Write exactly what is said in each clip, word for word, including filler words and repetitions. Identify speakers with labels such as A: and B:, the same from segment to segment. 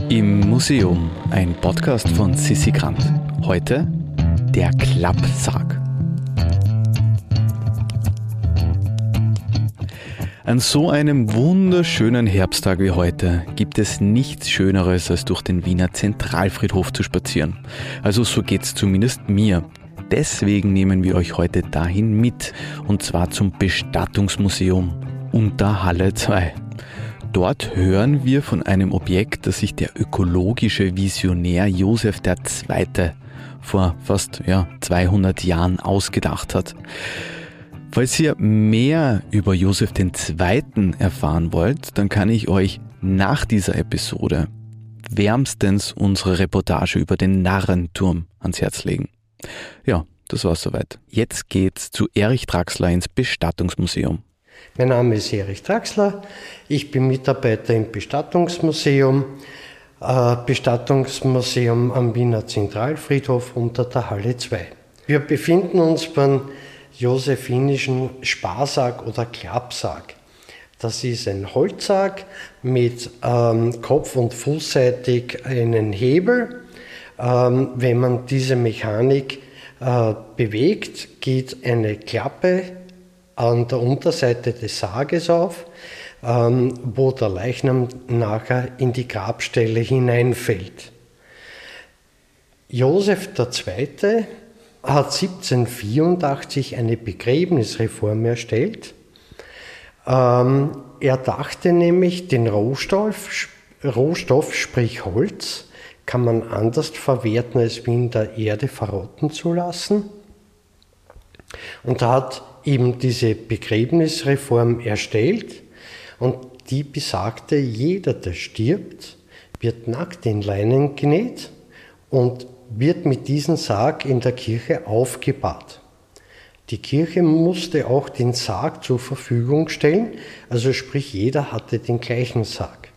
A: Im Museum, ein Podcast von Sissi Grant. Heute der Klappsarg. An so einem wunderschönen Herbsttag wie heute gibt es nichts Schöneres, als durch den Wiener Zentralfriedhof zu spazieren. Also so geht's zumindest mir. Deswegen nehmen wir euch heute dahin mit, und zwar zum Bestattungsmuseum unter Halle zwei. Dort hören wir von einem Objekt, das sich der ökologische Visionär Josef der Zweite vor fast ja, zweihundert Jahren ausgedacht hat. Falls ihr mehr über Josef den Zweiten erfahren wollt, dann kann ich euch nach dieser Episode wärmstens unsere Reportage über den Narrenturm ans Herz legen. Ja, das war's soweit. Jetzt geht's zu Erich Draxler ins Bestattungsmuseum.
B: Mein Name ist Erich Draxler, ich bin Mitarbeiter im Bestattungsmuseum, äh, Bestattungsmuseum am Wiener Zentralfriedhof unter der Halle zwei. Wir befinden uns beim josephinischen Sparsarg oder Klappsarg. Das ist ein Holzsarg mit ähm, kopf- und fußseitig einen Hebel. Ähm, wenn man diese Mechanik äh, bewegt, geht eine Klappe an der Unterseite des Sarges auf, ähm, wo der Leichnam nachher in die Grabstelle hineinfällt. Josef der Zweite hat siebzehnhundertvierundachtzig eine Begräbnisreform erstellt. Ähm, er dachte nämlich, den Rohstoff, Rohstoff, sprich Holz, kann man anders verwerten, als wie in der Erde verrotten zu lassen. Und er hat eben diese Begräbnisreform erstellt, und die besagte, jeder, der stirbt, wird nackt in Leinen genäht und wird mit diesem Sarg in der Kirche aufgebahrt. Die Kirche musste auch den Sarg zur Verfügung stellen, also sprich jeder hatte den gleichen Sarg.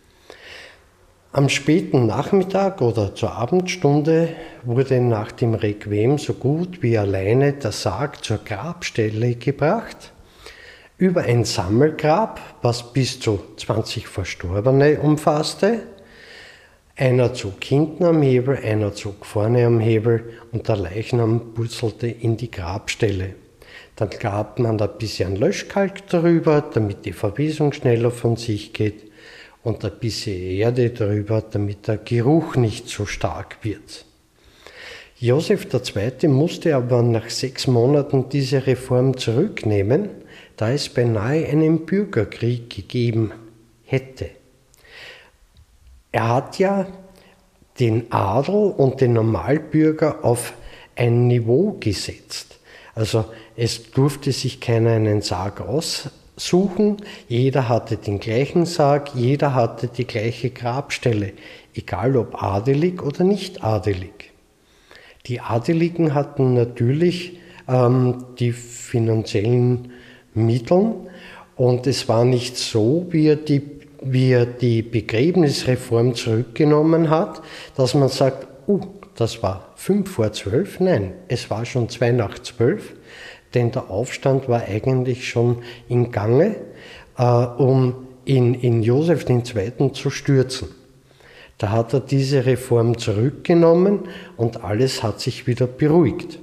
B: Am späten Nachmittag oder zur Abendstunde wurde nach dem Requiem so gut wie alleine der Sarg zur Grabstelle gebracht, über ein Sammelgrab, was bis zu zwanzig Verstorbene umfasste. Einer zog hinten am Hebel, einer zog vorne am Hebel und der Leichnam purzelte in die Grabstelle. Dann gab man ein bisschen Löschkalk darüber, damit die Verwesung schneller von sich geht, und ein bisschen Erde darüber, damit der Geruch nicht so stark wird. Josef der Zweite musste aber nach sechs Monaten diese Reform zurücknehmen, da es beinahe einen Bürgerkrieg gegeben hätte. Er hat ja den Adel und den Normalbürger auf ein Niveau gesetzt. Also es durfte sich keiner einen Sarg aussuchen, jeder hatte den gleichen Sarg, jeder hatte die gleiche Grabstelle, egal ob adelig oder nicht adelig. Die Adeligen hatten natürlich ähm, die finanziellen Mittel, und es war nicht so, wie er die wie er die Begräbnisreform zurückgenommen hat, dass man sagt, uh, das war fünf vor zwölf. Nein, es war schon zwei nach zwölf, denn der Aufstand war eigentlich schon in Gange, äh, um in, in Josef den Zweiten zu stürzen. Da hat er diese Reform zurückgenommen und alles hat sich wieder beruhigt.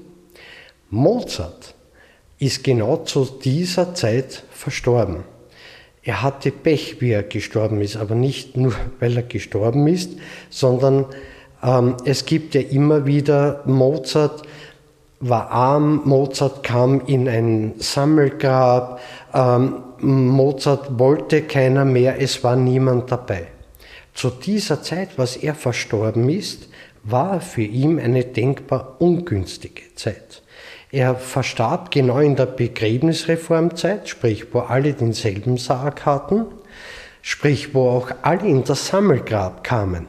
B: Mozart ist genau zu dieser Zeit verstorben. Er hatte Pech, wie er gestorben ist, aber nicht nur, weil er gestorben ist, sondern ähm, es gibt ja immer wieder, Mozart war arm, Mozart kam in ein Sammelgrab, ähm, Mozart wollte keiner mehr, es war niemand dabei. Zu dieser Zeit, was er verstorben ist, war für ihn eine denkbar ungünstige Zeit. Er verstarb genau in der Begräbnisreformzeit, sprich, wo alle denselben Sarg hatten, sprich, wo auch alle in das Sammelgrab kamen.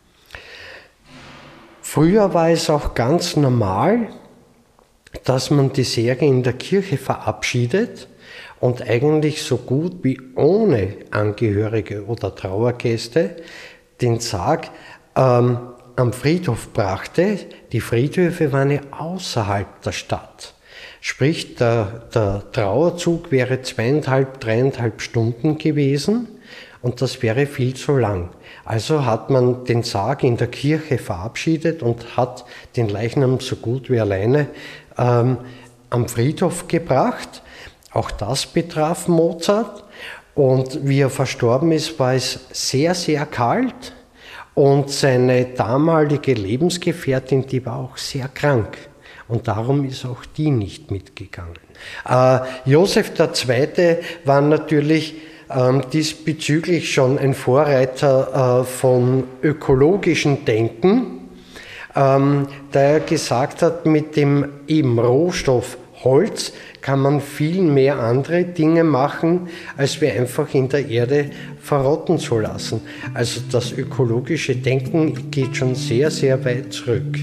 B: Früher war es auch ganz normal, dass man die Särge in der Kirche verabschiedet und eigentlich so gut wie ohne Angehörige oder Trauergäste den Sarg ähm, am Friedhof brachte. Die Friedhöfe waren ja außerhalb der Stadt. Sprich, der, der Trauerzug wäre zweieinhalb, dreieinhalb Stunden gewesen und das wäre viel zu lang. Also hat man den Sarg in der Kirche verabschiedet und hat den Leichnam so gut wie alleine ähm, am Friedhof gebracht. Auch das betraf Mozart. Und wie er verstorben ist, war es sehr, sehr kalt. Und seine damalige Lebensgefährtin, die war auch sehr krank. Und darum ist auch die nicht mitgegangen. Äh, Josef der Zweite war natürlich ähm, diesbezüglich schon ein Vorreiter äh, von ökologischem Denken, ähm, da er gesagt hat, mit dem eben Rohstoff Holz kann man viel mehr andere Dinge machen, als wir einfach in der Erde verrotten zu lassen. Also das ökologische Denken geht schon sehr, sehr weit zurück.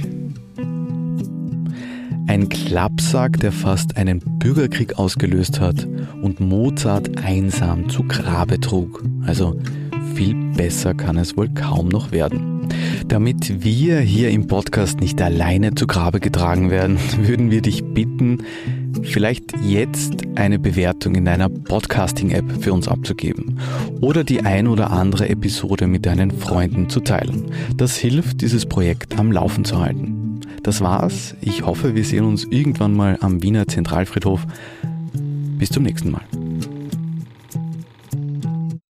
A: Ein Klappsack, der fast einen Bürgerkrieg ausgelöst hat und Mozart einsam zu Grabe trug. Also viel besser kann es wohl kaum noch werden. Damit wir hier im Podcast nicht alleine zu Grabe getragen werden, würden wir dich bitten, vielleicht jetzt eine Bewertung in deiner Podcasting-App für uns abzugeben oder die ein oder andere Episode mit deinen Freunden zu teilen. Das hilft, dieses Projekt am Laufen zu halten. Das war's. Ich hoffe, wir sehen uns irgendwann mal am Wiener Zentralfriedhof. Bis zum nächsten Mal.